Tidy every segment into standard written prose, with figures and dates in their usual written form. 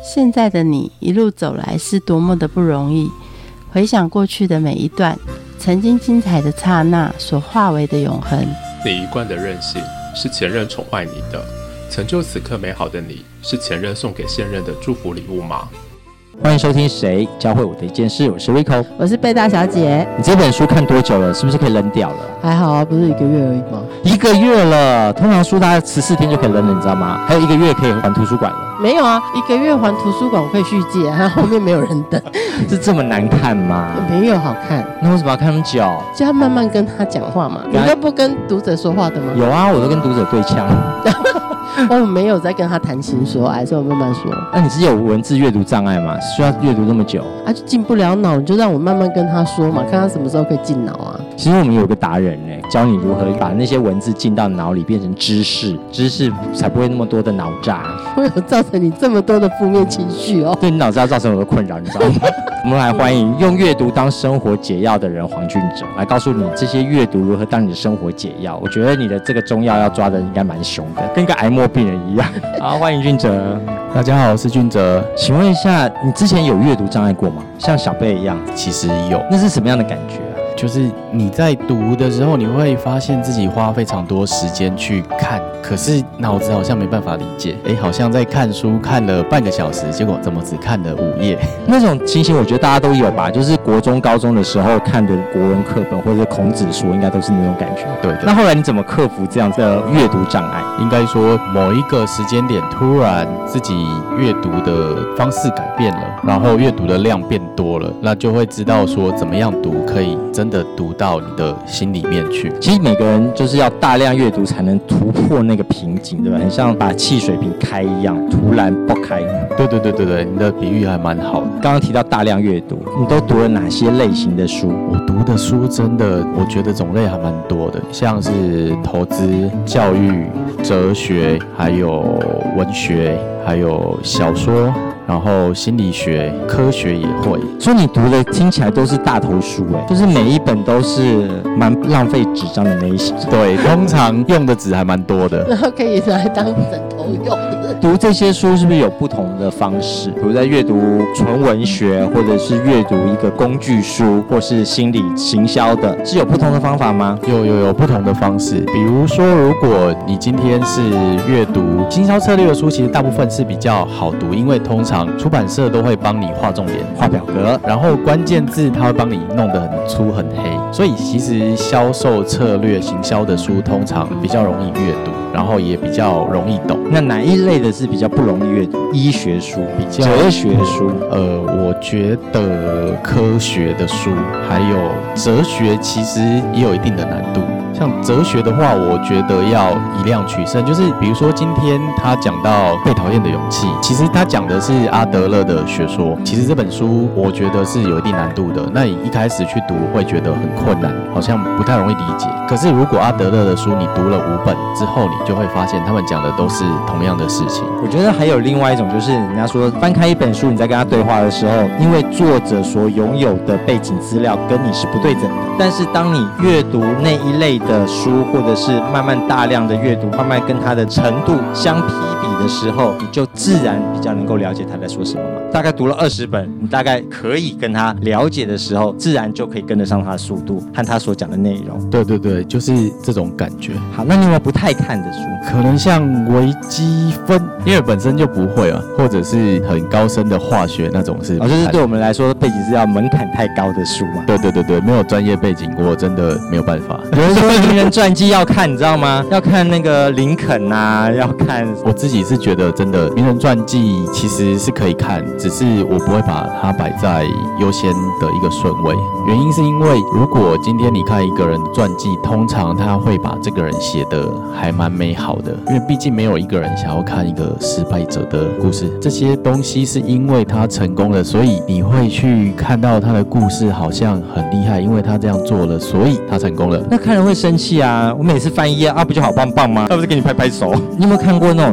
现在的你一路走来是多么的不容易，回想过去的每一段曾经精彩的刹那所化为的永恒。 你一贯的任性是前任宠坏你的，成就此刻美好的你是前任送给现任的祝福礼物吗？ 欢迎收听谁教会我的一件事，我是 Rico， 我是贝大小姐。 你这本书看多久了？是不是可以扔掉了？ 还好啊，不是1个月而已吗 ？1个月了，通常书大概14天就可以扔了，你知道吗？还有1个月可以还图书馆了。 没有啊，1个月还图书馆我可以续借，还后面没有人等。 是这么难看吗？ 没有好看。 那为什么要看那么久？ 就要慢慢跟他讲话嘛。你都不跟读者说话的吗？ 有啊，我都跟读者对枪。 我没有在跟他谈情说爱，所以我慢慢说。 那你是有文字阅读障碍吗？需要阅读那么久？ 就进不了脑，你就让我慢慢跟他说嘛，看他什么时候可以进脑啊。 其实我们有个达人教你如何把那些文字进到脑里变成知识才不会那么多的脑炸。 会有造成你这么多的负面情绪哦。 对你脑子要造成我的困扰，你知道吗？我们来欢迎用阅读当生活解药的人黄俊哲，来告诉你这些阅读如何当你的生活解药。我觉得你的这个中药要抓的应该蛮凶的，跟一个癌末病人一样。好，欢迎俊哲。 大家好，我是俊哲。 请问一下，你之前有阅读障碍过吗？像小贝一样？ 其实有。 那是什么样的感觉啊？ 就是你在读的时候，你会发现自己花非常多时间去看，可是脑子好像没办法理解。好像在看书看了半个小时，结果怎么只看了5页？ 那种情形我觉得大家都有吧，就是国中高中的时候看的国文课本或者孔子书，应该都是那种感觉。 对。 那后来你怎么克服这样的阅读障碍？ 应该说某一个时间点，突然自己阅读的方式改变了，然后阅读的量变多了，那就会知道说怎么样读可以真的读到你的心里面去。 其实每个人就是要大量阅读才能突破那个瓶颈，对吧？很像把汽水瓶开一样，突然爆开。 对，你的比喻还蛮好的。 刚刚提到大量阅读，你都读了哪些类型的书？ 我读的书真的，我觉得种类还蛮多的，像是投资、教育、哲学，还有文学，还有小说，然后心理学、科学也会。 所以你读的听起来都是大头书就是每一本都是蛮浪费纸张的类型。 对，通常用的纸还蛮多的， 然后可以拿来当枕头用。 读这些书是不是有不同的方式？比如在阅读纯文学，或者是阅读一个工具书，或是心理行销的，是有不同的方法吗？ 有不同的方式。比如说，如果你今天是阅读行销策略的书，其实大部分是比较好读，因为通常出版社都会帮你画重点、 画表格， 然后关键字它会帮你弄得很粗很黑，所以其实销售策略行销的书通常比较容易阅读，然后也比较容易懂。 那哪一类的是比较不容易阅读？医学书、 比较哲学书？ 我觉得科学的书还有哲学其实也有一定的难度。像哲学的话，我觉得要以量取胜，就是比如说今天他讲到被讨厌的勇气，其实他讲的是阿德勒的学说，其实这本书我觉得是有一定难度的。那你一开始去读会觉得很困难，好像不太容易理解。可是如果阿德勒的书你读了5本之后，你就会发现他们讲的都是同样的事情。 我觉得还有另外一种，就是人家说翻开一本书，你在跟他对话的时候，因为作者所拥有的背景资料跟你是不对等的，但是当你阅读那一类的书，或者是慢慢大量的阅读，慢慢跟他的程度相匹比的时候，你就自然比较能够了解他在说什么嘛。大概读了20本，你大概可以跟他了解的时候，自然就可以跟得上他的速度和他所讲的内容。 对，就是这种感觉。 好，那你有没有不太看的书？ 可能像微积分，因为本身就不会或者是很高深的化学那种是就是对我们来说背景资料门槛太高的书嘛。 对，没有专业背景我真的没有办法。 有人说名人传记要看，你知道吗？要看那个林肯啊，要看。 我自己是觉得真的名人传记其实是可以看，只是我不会把它摆在优先的一个顺位。原因是因为如果今天你看一个人的传记，通常他会把这个人写得还蛮美好的，因为毕竟没有一个人想要看一个失败者的故事。这些东西是因为他成功了，所以你会去看到他的故事好像很厉害，因为他这样做了，所以他成功了。 那看人会生气啊！我每次翻一页不就好棒棒吗？那不是给你拍拍手？你有没有看过那种教人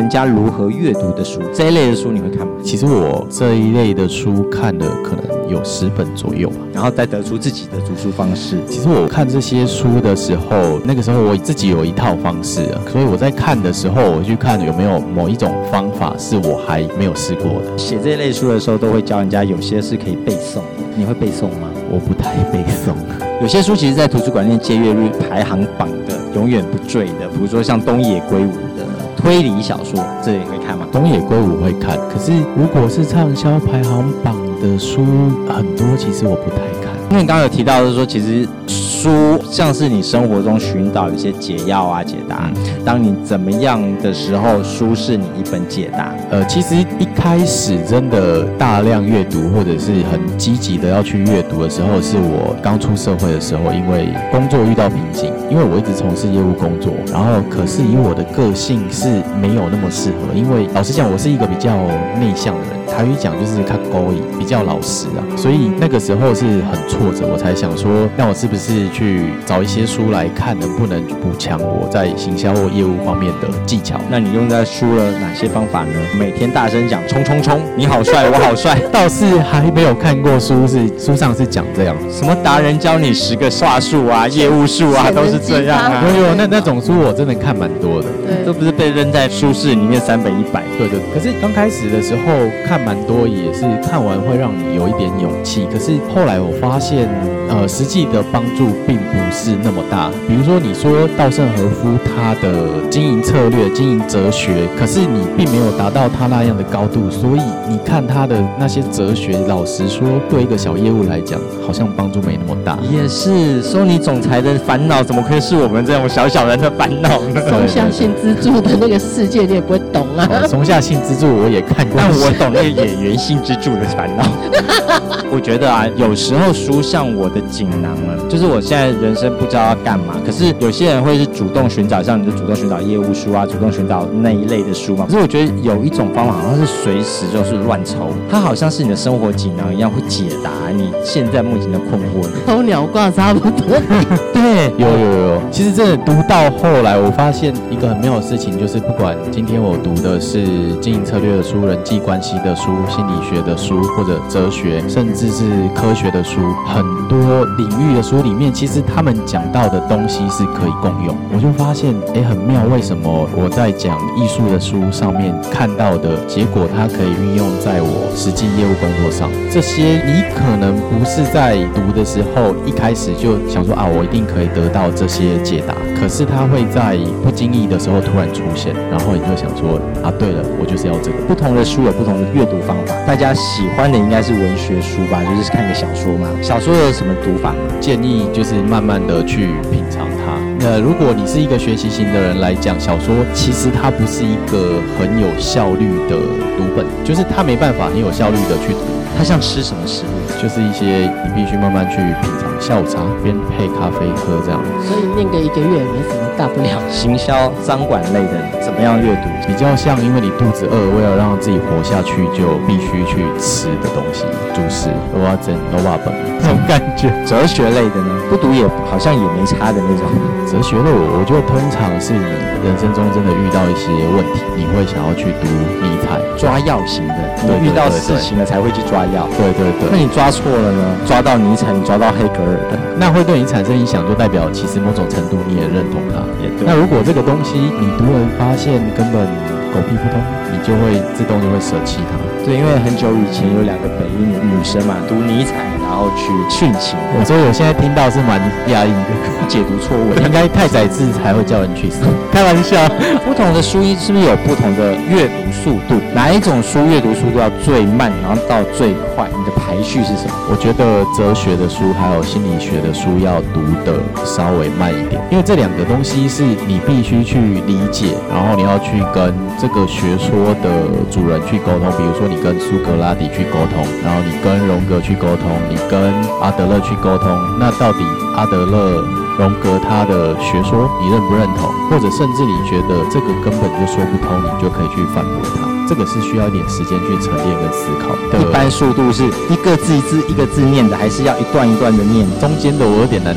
人家如何阅读的书，这一类的书你会看吗？ 其实我这一类的书看了可能有10本左右吧， 然后再得出自己的读书方式。 其实我看这些书的时候，那个时候我自己有一套方式啊，所以我在看的时候，我去看有没有某一种方法是我还没有试过的。 写这一类书的时候，都会教人家有些是可以背诵的，你会背诵吗？ 我不太背诵。 有些书其实在图书馆内借阅率排行榜的永远不坠的，比如说像东野圭吾的推理小说，这你会看吗？ 东野圭吾会看，可是如果是畅销排行榜的书，很多其实我不太看。 因为你刚刚有提到的是说，其实书像是你生活中寻找一些解药啊、解答。当你怎么样的时候，书是你一本解答。 其实一开始真的大量阅读，或者是很积极的要去阅读的时候，是我刚出社会的时候，因为工作遇到瓶颈，因为我一直从事业务工作，然后可是以我的个性是没有那么适合，因为老实讲，我是一个比较内向的人。台语讲就是较勾引，比较老实啊，所以那个时候是很挫折，我才想说，那我是不是去找一些书来看，能不能补强我在行销或业务方面的技巧？ 那你用在书了哪些方法呢？每天大声讲冲冲冲，你好帅，我好帅， 倒是还没有看过书书上是讲这样， 什么达人教你10个话术啊、业务术啊，都是这样啊。 有那种书我真的看蛮多的， 都不是被扔在书室里面3本100。 对。可是刚开始的时候看蛮多，也是看完会让你有一点勇气。可是后来我发现，实际的帮助并不是那么大。比如说你说稻盛和夫他的经营策略、经营哲学，可是你并没有达到他那样的高度，所以你看他的那些哲学，老实说，对一个小业务来讲，好像帮助没那么大。 也是，Sony总裁的烦恼怎么可以是我们这种小小人的烦恼呢？ 松下幸之助的那个世界你也不会懂啊。 松下幸之助我也看过， 但我懂那个演员幸之助的烦恼。我觉得啊，有时候书像我的锦囊了，就是我现在人生不知道要干嘛，可是有些人会是主动寻找，像你就主动寻找业务书啊，主动寻找那一类的书嘛。可是我觉得有一种方法好像是随时就是乱抽，它好像是你的生活锦囊一样，会解答你现在目前的困惑。 偷鸟挂差不多。 对， 有。其实真的读到后来，我发现一个很妙的事情，就是不管今天我读的是经营策略的书、人际关系的书、心理学的书，或者哲学，甚至是科学的书，很多领域的书里面，其实他们讲到的东西是可以共用。我就发现，很妙，为什么我在讲艺术的书上面看到的结果，它可以运用在我实际业务工作上？这些你可能不是在读的时候一开始就想说啊，我一定可以得到这些解答，可是它会在不经意的时候突然出现，然后你就想说啊，对了，我就是要这个。 不同的书有不同的阅读方法，大家喜欢的应该是文学书吧，就是看个小说嘛。小说有什么读法吗？ 建议就是慢慢的去品尝它。如果你是一个学习型的人来讲，小说其实它不是一个很有效率的读本，就是它没办法很有效率的去读。 它像吃什么食物？ 就是一些你必须慢慢去品尝，下午茶边配咖啡喝这样。 所以念个1个月也没什么大不了。 行销、商管类的怎么样阅读？ 比较像因为你肚子饿，为了让自己活下去，就必须去吃的东西，主食、蚵仔煎、蚵仔饭这种感觉。 哲学类的呢？不读也好像也没差的那种。 哲学类我觉得通常是你人生中真的遇到一些问题，你会想要去读尼采， 抓药型的。你遇到事情了才会去抓药。 对。 那你抓错了呢？抓到尼采，你抓到黑格尔的， 那会对你产生影响，就代表其实某种程度你也认同它。 也对。 那如果这个东西你读了发现根本狗屁不通，你就会自动就会舍弃它。 对，因为很久以前有2个北一女生嘛，读尼采，然后去殉情。 所以我现在听到是蛮压抑的， 解读错误， 应该太宰治才会叫人去死。开玩笑。 不同的书是不是有不同的阅读速度？哪一种书阅读速度要最慢，然后到最快？你的排序是什么？ 我觉得哲学的书还有心理学的书要读得稍微慢一点，因为这2个东西是你必须去理解，然后你要去跟这个学说的主人去沟通。比如说你跟苏格拉底去沟通，然后你跟荣格去沟通，你跟阿德勒去沟通，那到底阿德勒、荣格他的学说你认不认同？或者甚至你觉得这个根本就说不通，你就可以去反驳他。这个是需要一点时间去沉淀跟思考的。 一般速度是一个字一个字念的，还是要一段一段的念？ 中间的我有点难定义。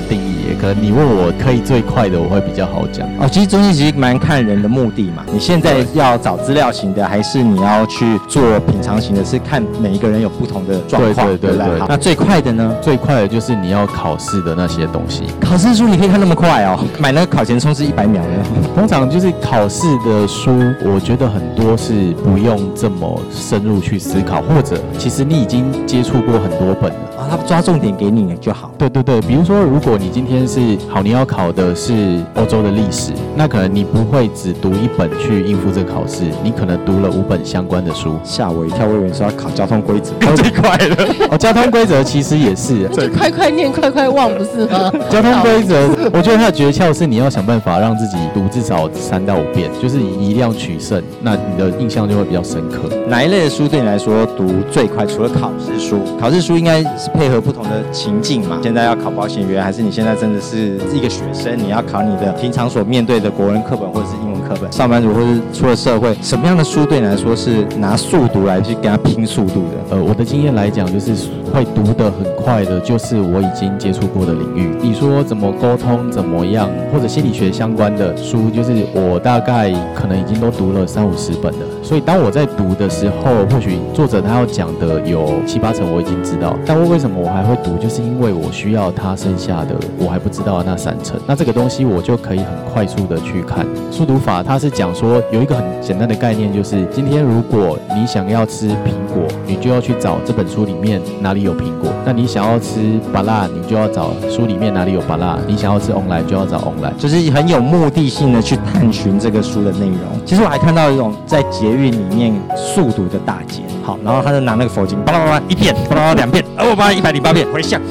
可能你问我可以最快的，我会比较好讲。 其实中间其实蛮看人的目的嘛。你现在要找资料型的，还是你要去做品尝型的？是看每一个人有不同的状况，对。好，那最快的呢？ 最快的就是你要考试的那些东西。 考试书你可以看那么快哦？买那个考前冲是100秒的。 通常就是考试的书，我觉得很多是不用这么深入去思考，或者其实你已经接触过很多本了。 他抓重点给你就好。 对，比如说，如果你今天你要考的是欧洲的历史，那可能你不会只读1本去应付这个考试，你可能读了5本相关的书。 吓我一跳，我以为说要考交通规则，最快了。 交通规则其实也是， 就快念快忘，不是吗？ 交通规则，我觉得它的诀窍是你要想办法让自己读至少3到5遍，就是以量取胜，那你的印象就会比较深刻。 哪一类的书对你来说读最快？除了考试书，考试书应该是配合不同的情境嘛。现在要考保险员，还是你现在真的是一个学生，你要考你的平常所面对的国文课本或者是英文课本？上班族或是出了社会，什么样的书对你来说是拿速读来去跟他拼速度的？ 我的经验来讲，就是会读得很快的，就是我已经接触过的领域。你说怎么沟通，怎么样，或者心理学相关的书，就是我大概可能已经都读了30-50本了。所以当我在读的时候，或许作者他要讲的有7-8成我已经知道，但为什么我还会读，就是因为我需要他剩下的我还不知道的那3成。那这个东西我就可以很快速的去看。速读法它是讲说有一个很简单的概念，就是今天如果你想要吃苹果，你就要去找这本书里面哪里有苹果；那你想要吃芭乐，你就要找书里面哪里有芭乐；你想要吃翁来，就要找翁来， 就是很有目的性的去探寻这个书的内容。其实我还看到一种在捷运里面速读的大姐，好，然后他就拿那个佛经，巴拉巴拉1遍，巴拉2遍，我把108遍回向，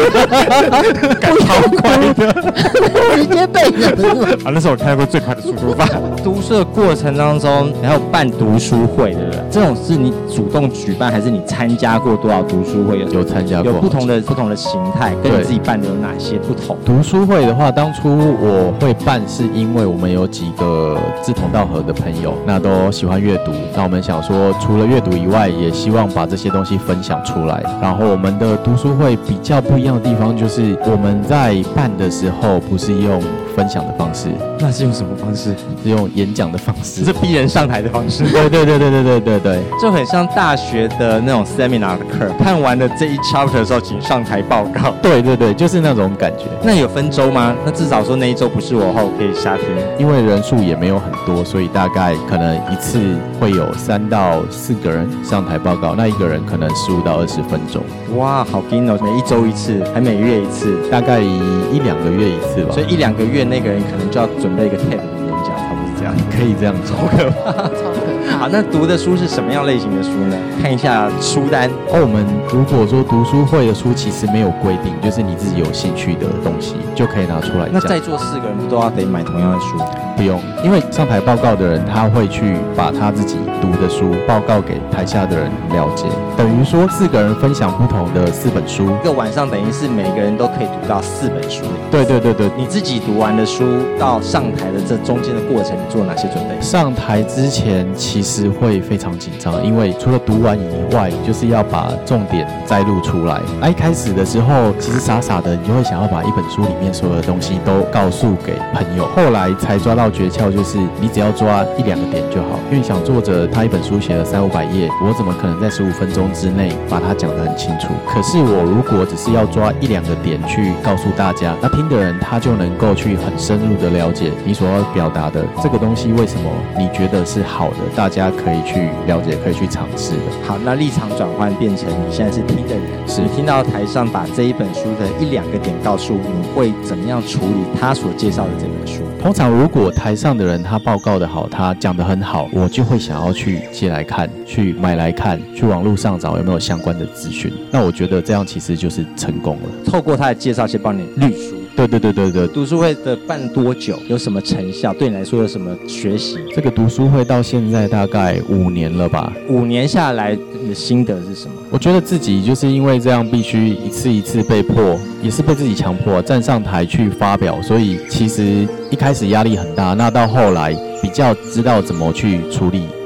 超快的， 直接背了。 那是我看过最快的速读法。读书的过程当中，还有办读书会，对不对？这种是你主动举办，还是你参加过多少读书会？ 有参加过， 有不同的形态，跟你自己办的有哪些不同？ 读书会的话，当初我会办，是因为我们有几个志同道合的朋友，那都喜欢阅读。那我们想说，除了阅读以外，也希望把这些东西分享出来。然后我们的读书会比较不一样的地方，就是我们在办的时候不是用分享的方式， 那是用什么方式？ 是用演讲的方式， 是逼人上台的方式。 对， 就很像大学的那种 seminar 的课，看完了这一 chapter 的时候，请上台报告。 对，就是那种感觉。 那有分周吗？那至少说那一周不是我后可以瞎听， 因为人数也没有很多，所以大概可能一次会有3到4个人上台报告，那一个人可能15到20分钟。 哇，好拼哦！每一周一次，还每月一次， 大概1-2个月一次吧。 所以1-2个月那个人可能就要准备一个 TED 的演讲，差不多是这样。 可以这样子， 超可怕，超可怕。好，那读的书是什么样类型的书呢？看一下书单。 我们如果说读书会的书，其实没有规定，就是你自己有兴趣的东西就可以拿出来讲。 那在座4个人不都要得买同样的书？ 不用，因为上台报告的人他会去把他自己读的书报告给台下的人了解，等于说4个人分享不同的4本书， 一个晚上等于是每个人都可以读到4本书。 对， 你自己读完的书到上台的这中间的过程，你做哪些准备？ 上台之前其实会非常紧张，因为除了读完以外，就是要把重点摘录出来。一开始的时候，其实傻傻的，你就会想要把一本书里面所有的东西都告诉给朋友。后来才抓到诀窍，就是你只要抓1-2个点就好。因为想作者他一本书写了300-500页，我怎么可能在15分钟之内把它讲得很清楚？可是我如果只是要抓1-2个点去告诉大家，那听的人他就能够去很深入的了解你所要表达的这个东西为什么你觉得是好的，大家可以去了解，可以去尝试的。 好，那立场转换变成你现在是听的人， 是你听到台上把这一本书的1-2个点告诉你，会怎么样处理他所介绍的这本书？ 通常如果台上的人他报告的好，他讲得很好，我就会想要去借来看，去买来看，去网络上找有没有相关的资讯。那我觉得这样其实就是成功了。 透过他的介绍先帮你滤书。 对。 读书会的办多久？有什么成效？对你来说有什么学习？ 这个读书会到现在大概5年了吧。 5年下来，你的心得是什么？ 我觉得自己就是因为这样，必须一次一次被迫，也是被自己强迫站上台去发表，所以其实一开始压力很大，那到后来比较知道怎么去处理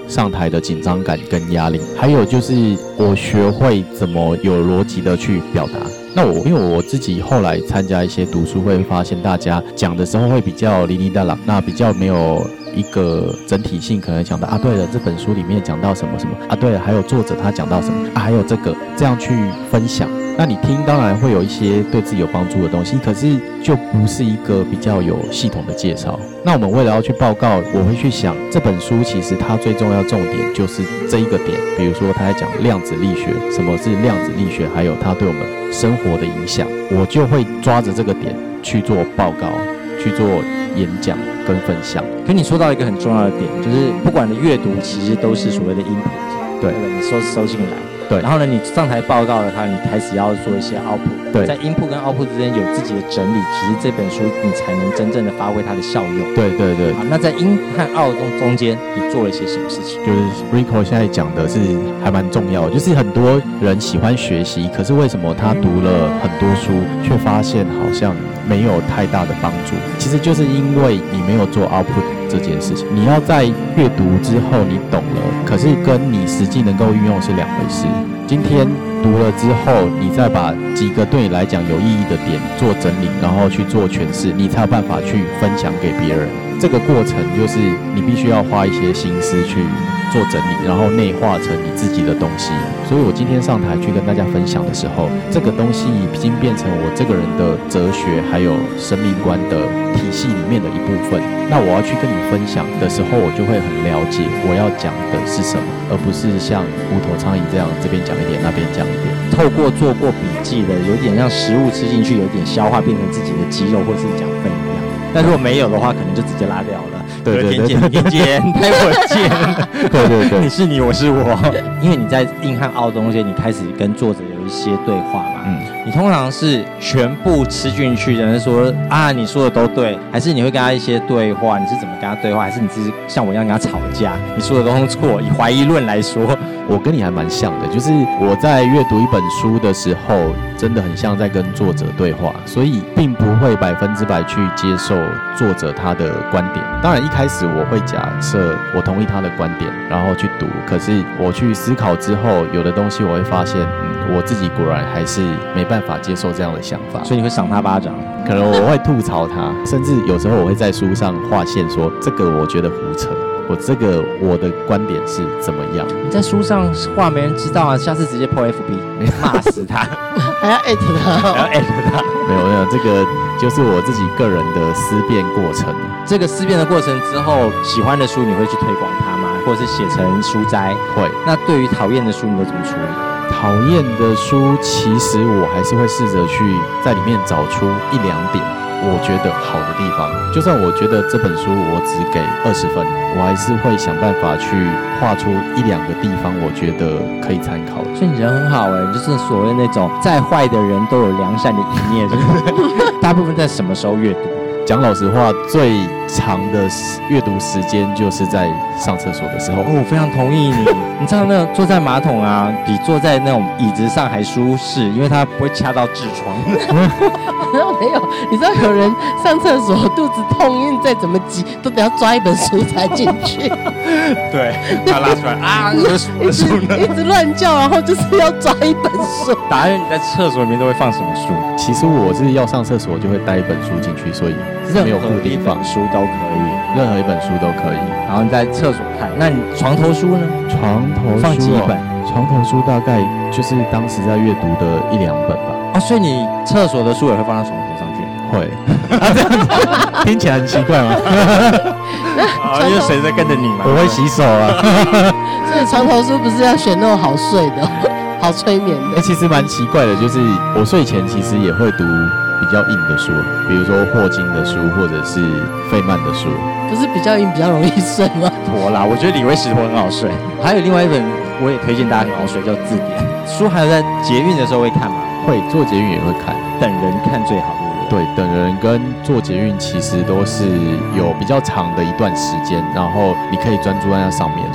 上台的紧张感跟压力，还有就是我学会怎么有逻辑的去表达。那因为我自己后来参加一些读书会，发现大家讲的时候会比较哩哩啦啦，那比较没有一个整体性，可能讲到对了，这本书里面讲到什么什么对了，还有作者他讲到什么还有这样去分享。那你听当然会有一些对自己有帮助的东西，可是就不是一个比较有系统的介绍。那我们为了要去报告，我会去想这本书其实它最重要重点就是这一个点，比如说他在讲量子力学，什么是量子力学，还有它对我们生活的影响，我就会抓着这个点去做报告，去做演讲跟分享。 可你说到一个很重要的点，就是不管的阅读其实都是所谓的 input， 对，你收进来。对，然后呢，你上台报告了它，你开始要做一些 output。对，在 input 跟 output 之间有自己的整理，其实这本书你才能真正的发挥它的效用。对对对。好，那在 in 和 out 中间，你做了一些什么事情？就是 Rico 现在讲的是还蛮重要的，就是很多人喜欢学习，可是为什么他读了很多书，却发现好像没有太大的帮助？其实就是因为你没有做 output 这件事情。你要在阅读之后你懂了，可是跟你实际能够运用是两回事。今天读了之后，你再把几个对你来讲有意义的点做整理，然后去做诠释，你才有办法去分享给别人。这个过程就是你必须要花一些心思去做整理，然后内化成你自己的东西。所以我今天上台去跟大家分享的时候，这个东西已经变成我这个人的哲学还有生命观的体系里面的一部分。那我要去跟你分享的时候，我就会很了解我要讲的是什么，而不是像无头苍蝇这样这边讲一点那边讲一点。 透过做过笔记的，有点像食物吃进去，有点消化变成自己的肌肉或是养分一样。但如果没有的话，可能就直接拉掉了。对对对，天见，待会儿见。对对对，你是你，我是我。因为你在硬汉凹中间，你开始跟作者有一些对话嘛。你通常是全部吃进去的人说啊，你说的都对，还是你会跟他一些对话？你是怎么跟他对话？还是你是像我一样跟他吵架？你说的都错，以怀疑论来说。 我跟你还蛮像的，就是我在阅读一本书的时候，真的很像在跟作者对话，所以并不会100%去接受作者他的观点。当然一开始我会假设我同意他的观点，然后去读，可是我去思考之后，有的东西我会发现，我自己果然还是没办法接受这样的想法， 所以你会赏他巴掌， 可能我会吐槽他，甚至有时候我会在书上划线说这个我觉得胡扯。我的观点是怎么样？ 你在书上话没人知道啊，下次直接 po FB 骂死他， 还要艾特他， 没有，这个就是我自己个人的思辨过程。 这个思辨的过程之后，喜欢的书你会去推广它吗？或者是写成书斋？ 会。 那对于讨厌的书，你都怎么处理？ 讨厌的书，其实我还是会试着去在里面找出1-2点。我觉得好的地方，就算我觉得这本书我只给20分，我还是会想办法去画出1-2个地方，我觉得可以参考的。 所以你人很好就是所谓那种再坏的人都有良善的一面，对不对？大部分在什么时候阅读？ 讲老实话，最长的阅读时间就是在上厕所的时候。 我非常同意你。你知道那坐在马桶啊，比坐在那种椅子上还舒适，因为它不会掐到痔疮。 没有，你知道有人上厕所肚子痛，因为再怎么挤都得要抓一本书才进去。 对，他拉出来啊，那个书呢？ 一直乱叫，然后就是要抓一本书。 答案你在厕所里面都会放什么书？ 其实我是要上厕所就会带一本书进去，所以没有固定放， 书都可以， 任何一本书都可以。 然后你在厕所看，那你床头书呢？ 床头书放几本？ 床头书大概就是当时在阅读的1-2本吧。 所以你厕所的书也会放到床头上去？ 会。这样子听起来很奇怪吗？ 因为谁在跟着你嘛？ 我会洗手啊。 所以床头书不是要选那种好睡的、好催眠的。 其实蛮奇怪的，就是我睡前其实也会读比较硬的书，比如说霍金的书或者是费曼的书。 不是比较硬比较容易睡吗？ 妥啦，我觉得李维石托很好睡。还有另外一本我也推荐大家很好睡，叫字典。书还有在捷运的时候会看吗？ 会，坐捷运也会看。 等人看最好，对不对？ 对，等人跟坐捷运其实都是有比较长的一段时间，然后你可以专注在那上面，所以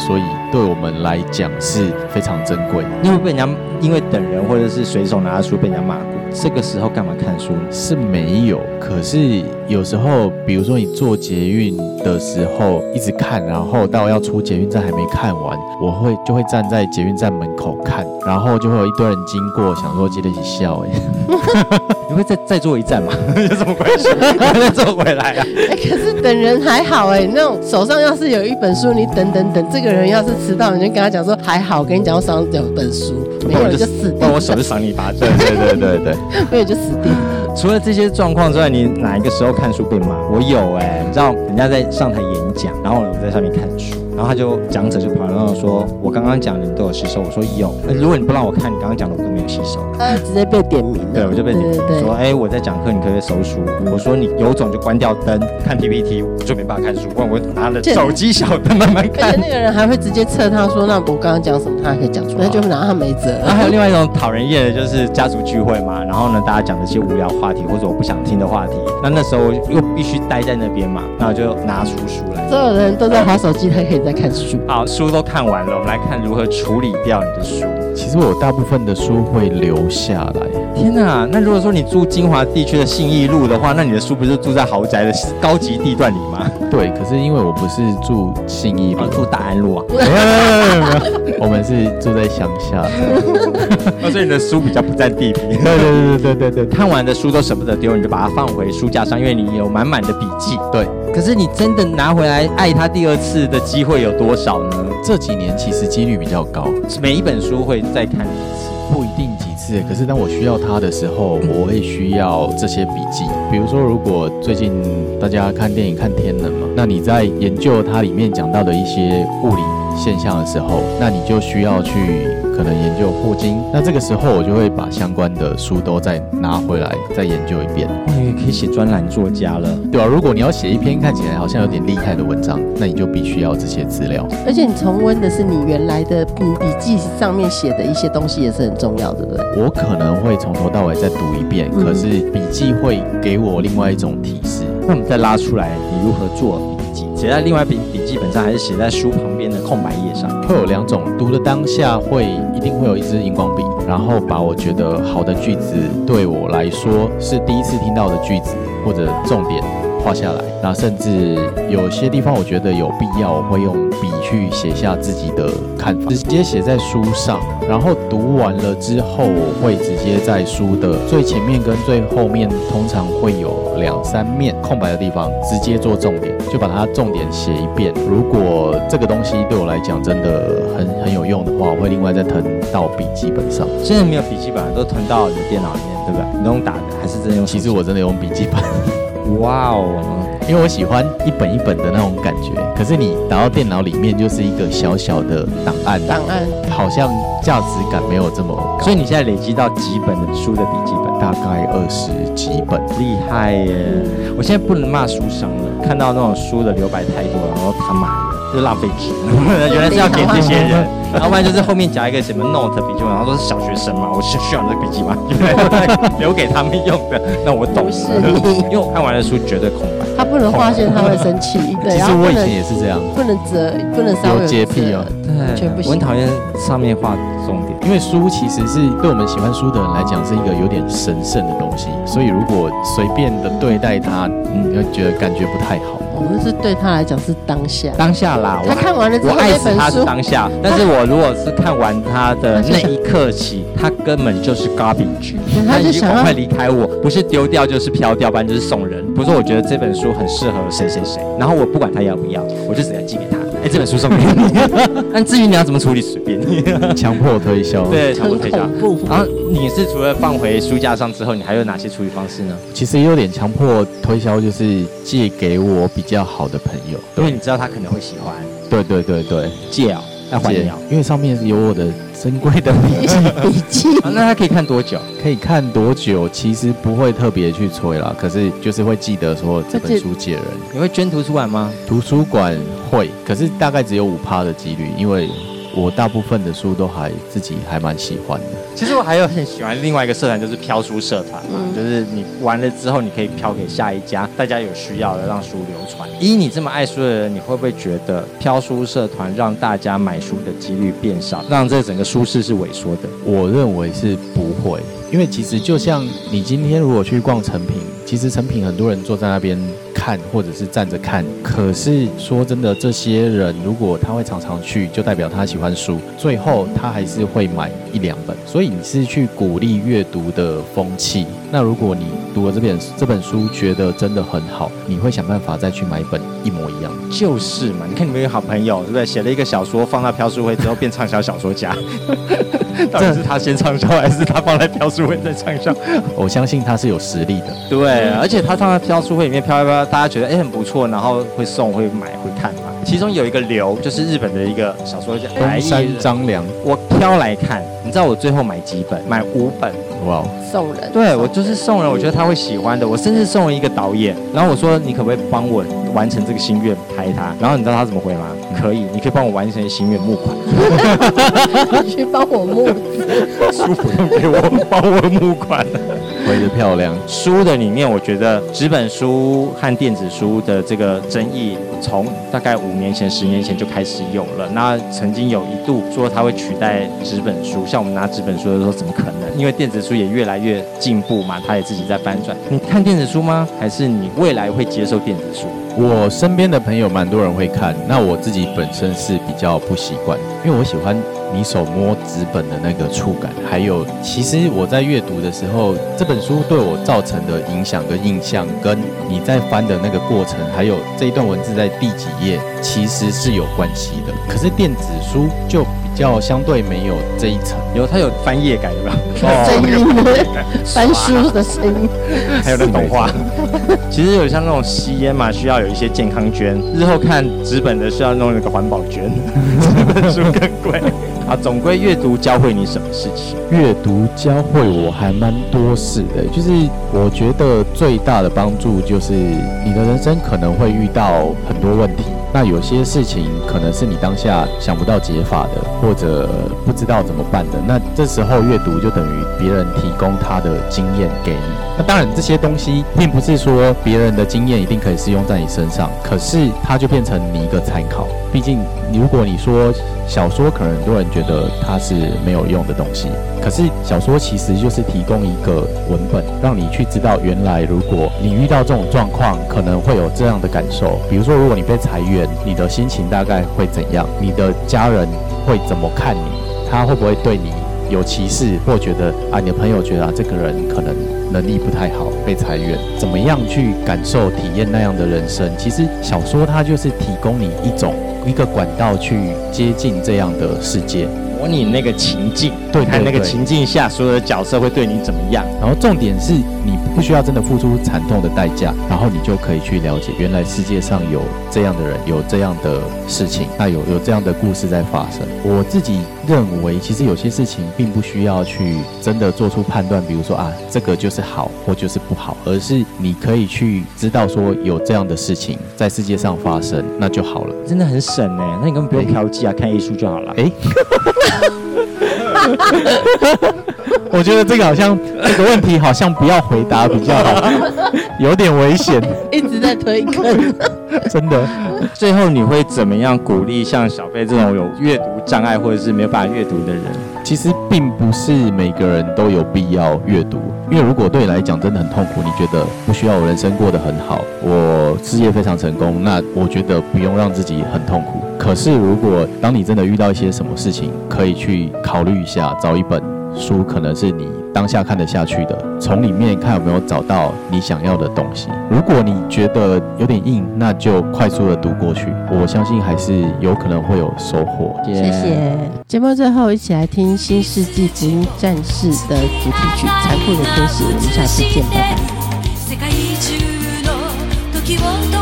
对我们来讲是非常珍贵。 你会被人家因为等人或者是随手拿着书被人家骂过？这个时候干嘛看书呢？ 是没有，可是有时候，比如说你坐捷运的时候一直看，然后到要出捷运站还没看完，就会站在捷运站门口看，然后就会有一堆人经过，想说接着一起笑你会再坐一站吗？有什么关系？再坐回来啊？ 可是等人还好那种手上要是有一本书，你等，这个人要是迟到，你就跟他讲说还好，我跟你讲我手上有本书，没有就死定了。 我手就赏你巴掌。对， 没有就死定了。 除了这些状况之外，你哪一个时候看书被骂？我有你知道人家在上台演讲，然后我在上面看书，然后讲者就跑来跟我说，我刚刚讲的你都有吸收？我说有。如果你不让我看你刚刚讲的，我都没有吸收。 直接被点名了。 对，我就被点名说，我在讲课，你可不可以收书？我说你有种就关掉灯，看 PPT， 我就没办法看书，不然我拿了手机小灯慢慢看。 而且那个人还会直接测他说，那我刚刚讲什么，他还可以讲出来，那就拿他没辙。 然后还有另外一种讨人厌的，就是家族聚会嘛，然后呢，大家讲的一些无聊话题或者我不想听的话题，那时候又必须待在那边嘛，那我就拿出书来。 所有人都在滑手机，他可以在看书。 好，书都看完了，我们来看如何处理掉你的书。 其实我大部分的书会留下来。 天哪，那如果说你住金华地区的信义路的话，那你的书不是住在豪宅的高级地段里吗？ 对，可是因为我不是住信义路， 住大安路啊。 我们是住在乡下， 所以你的书比较不占地皮。对，看完的书都舍不得丢，你就把它放回书架上，因为你有满满的笔记。 对， 可是你真的拿回来爱它第二次的机会有多少呢？ 这几年其实几率比较高， 每一本书会再看一次。 不一定几次，可是当我需要它的时候，我会需要这些笔记。比如说，如果最近大家看电影看《天能》嘛，那你在研究它里面讲到的一些物理现象的时候，那你就需要去可能研究霍金。那这个时候我就会把相关的书都再拿回来再研究一遍。 你可以写专栏作家了， 对吧？如果你要写一篇看起来好像有点厉害的文章，那你就必须要这些资料。 而且你重温的是你原来的你笔记上面写的一些东西，也是很重要的，对不对？ 我可能会从头到尾再读一遍，可是笔记会给我另外一种提示。 那我们再拉出来，你如何做笔记？写在另外笔记本上，还是写在书旁边的空白页上？ 会有两种，读的当下一定会有一支荧光笔，然后把我觉得好的句子，对我来说是第一次听到的句子或者重点画下来，那甚至有些地方我觉得有必要，我会用笔去写下自己的看法，直接写在书上，然后读完了之后，我会直接在书的最前面跟最后面，通常会有2-3面空白的地方，直接做重点，就把它重点写一遍。如果这个东西对我来讲真的很有用的话，我会另外再誊到笔记本上。 现在没有笔记本，都誊到你的电脑里面，对不对？你都用打的，还是真的用？ 其实我真的用笔记本。 哇哦！ 因为我喜欢一本一本的那种感觉，可是你打到电脑里面就是一个小小的档案，好像价值感没有这么高。 所以你现在累积到几本的书的笔记本？ 大概20几本， 厉害耶！我现在不能骂书商了，看到那种书的留白太多，然后他妈的就是浪费纸，原来是要给这些人，要不然就是后面夹一个什么 note 笔记本，然后说是小学生嘛，我需要那个笔记吗？留给他们用的，那我懂了，因为我看完的书绝对空白。 他不能划线，他会生气。对， 其实我以前也是这样， 不能稍微有洁癖哦， 对，全不行。 我很讨厌上面画重点， 因为书其实是对我们喜欢书的人来讲是一个有点神圣的东西，所以如果随便的对待它，你会觉得感觉不太好。 我们是对他来讲是当下啦， 他看完了之后， 我爱死他是当下，但是我如果是看完他的那一刻起，他根本就是 garbage， 他就想要快离开我，不是丢掉就是飘掉，不然就是送人。不是说我觉得这本书很适合谁谁谁，然后我不管他要不要，我就直接寄给他。这本书送给你，但至于你要怎么处理随便你。 强迫推销， 对，强迫推销。 很恐怖。 然后你是除了放回书架上之后，你还有哪些处理方式呢？ 其实也有点强迫推销，就是借给我比较好的朋友， 因为你知道他可能会喜欢。 对， 借哦，要还你哦， 因为上面有我的珍贵的笔记。 那他可以看多久？ 可以看多久？其实不会特别去催啦，可是就是会记得说这本书借人。 你会捐图书馆吗？ 图书馆会，可是大概只有5%的几率，因为我大部分的书都自己还蛮喜欢的。 其实我还有很喜欢另外一个社团，就是飘书社团嘛，就是你完了之后，你可以飘给下一家，大家有需要的让书流传。以你这么爱书的人，你会不会觉得飘书社团让大家买书的几率变少，让这整个书市是萎缩的？ 我认为是不会，因为其实就像你今天如果去逛诚品，其实诚品很多人坐在那边看或者是站着看，可是说真的，这些人如果他会常常去，就代表他喜欢书，最后他还是会买1-2本。所以你是去鼓励阅读的风气。那如果你读了这本书觉得真的很好，你会想办法再去买一本一模一样的。 就是嘛，你看你们有好朋友，对不对？写了一个小说放到飘书会之后变畅销小说家，到底是他先畅销，还是他放在飘书会再畅销？ 我相信他是有实力的。 对，而且他放在飘书会里面飘一飘，大家觉得很不错，然后会送、会买、会看嘛。其中有一个流，就是日本的一个小说家东山张良， 我挑来看，你知道我最后买几本？买5本。 哇！ 送人， 对，我就是送人，我觉得他会喜欢的。我甚至送了一个导演，然后我说你可不可以帮我完成这个心愿拍他？然后你知道他怎么回吗？可以，你可以帮我完成心愿募款。 去帮我募书不用给我，帮我募款。 回得漂亮。 书的里面，我觉得纸本书和电子书的这个争议，从大概5年前、10年前就开始有了。那曾经有一度说它会取代纸本书，像我们拿纸本书的时候，怎么可能？因为电子书也越来越进步嘛，它也自己在翻转。你看电子书吗？还是你未来会接受电子书？ 我身边的朋友蛮多人会看，那我自己本身是比较不习惯，因为我喜欢你手摸纸本的那个触感，还有其实我在阅读的时候，这本书对我造成的影响跟印象，跟你在翻的那个过程，还有这一段文字在第几页，其实是有关系的。可是电子书就比较相对没有这一层， 它有翻页感，有没有？ 声音，翻书的声音， 还有那动画。其实有像那种吸烟嘛，需要有一些健康捐，日后看纸本的需要弄那个环保捐，纸本书更贵。啊，总归阅读教会你什么事情？ 阅读教会我还蛮多事的，就是我觉得最大的帮助就是你的人生可能会遇到很多问题，那有些事情可能是你当下想不到解法的，或者不知道怎么办的，那这时候阅读就等于别人提供他的经验给你。那当然这些东西并不是说别人的经验一定可以适用在你身上，可是它就变成你一个参考。毕竟如果你说小说，可能很多人觉得它是没有用的东西，可是小说其实就是提供一个文本，让你去知道原来如果你遇到这种状况可能会有这样的感受。比如说如果你被裁员，你的心情大概会怎样，你的家人会怎么看你，他会不会对你有歧视，或觉得你的朋友觉得这个人可能能力不太好，被裁员，怎么样去感受体验那样的人生。其实小说它就是提供你一个管道去接近这样的世界， 模拟那个情境， 对， 看那个情境下所有的角色会对你怎么样。 然后重点是你不需要真的付出惨痛的代价，然后你就可以去了解原来世界上有这样的人，有这样的事情，那有这样的故事在发生。我自己认为其实有些事情并不需要去真的做出判断，比如说这个就是好或就是不好，而是你可以去知道说有这样的事情在世界上发生，那就好了。 真的很省耶，那你根本不用调剂看艺术就好了。 我觉得这个问题好像不要回答比较好，有点危险， 一直在推坑。 真的。 最后你会怎么样鼓励像小飞这种有阅读障碍或者是没有办法阅读的人？ 其实并不是每个人都有必要阅读，因为如果对你来讲真的很痛苦，你觉得不需要我人生过得很好，我事业非常成功，那我觉得不用让自己很痛苦。可是如果当你真的遇到一些什么事情，可以去考虑一下，找一本书可能是你当下看得下去的，从里面看有没有找到你想要的东西。如果你觉得有点硬，那就快速的读过去，我相信还是有可能会有收获。 谢谢。 节目最后一起来听《新世纪福音战士》的主题曲《残酷的天使》，我们下次见，拜拜。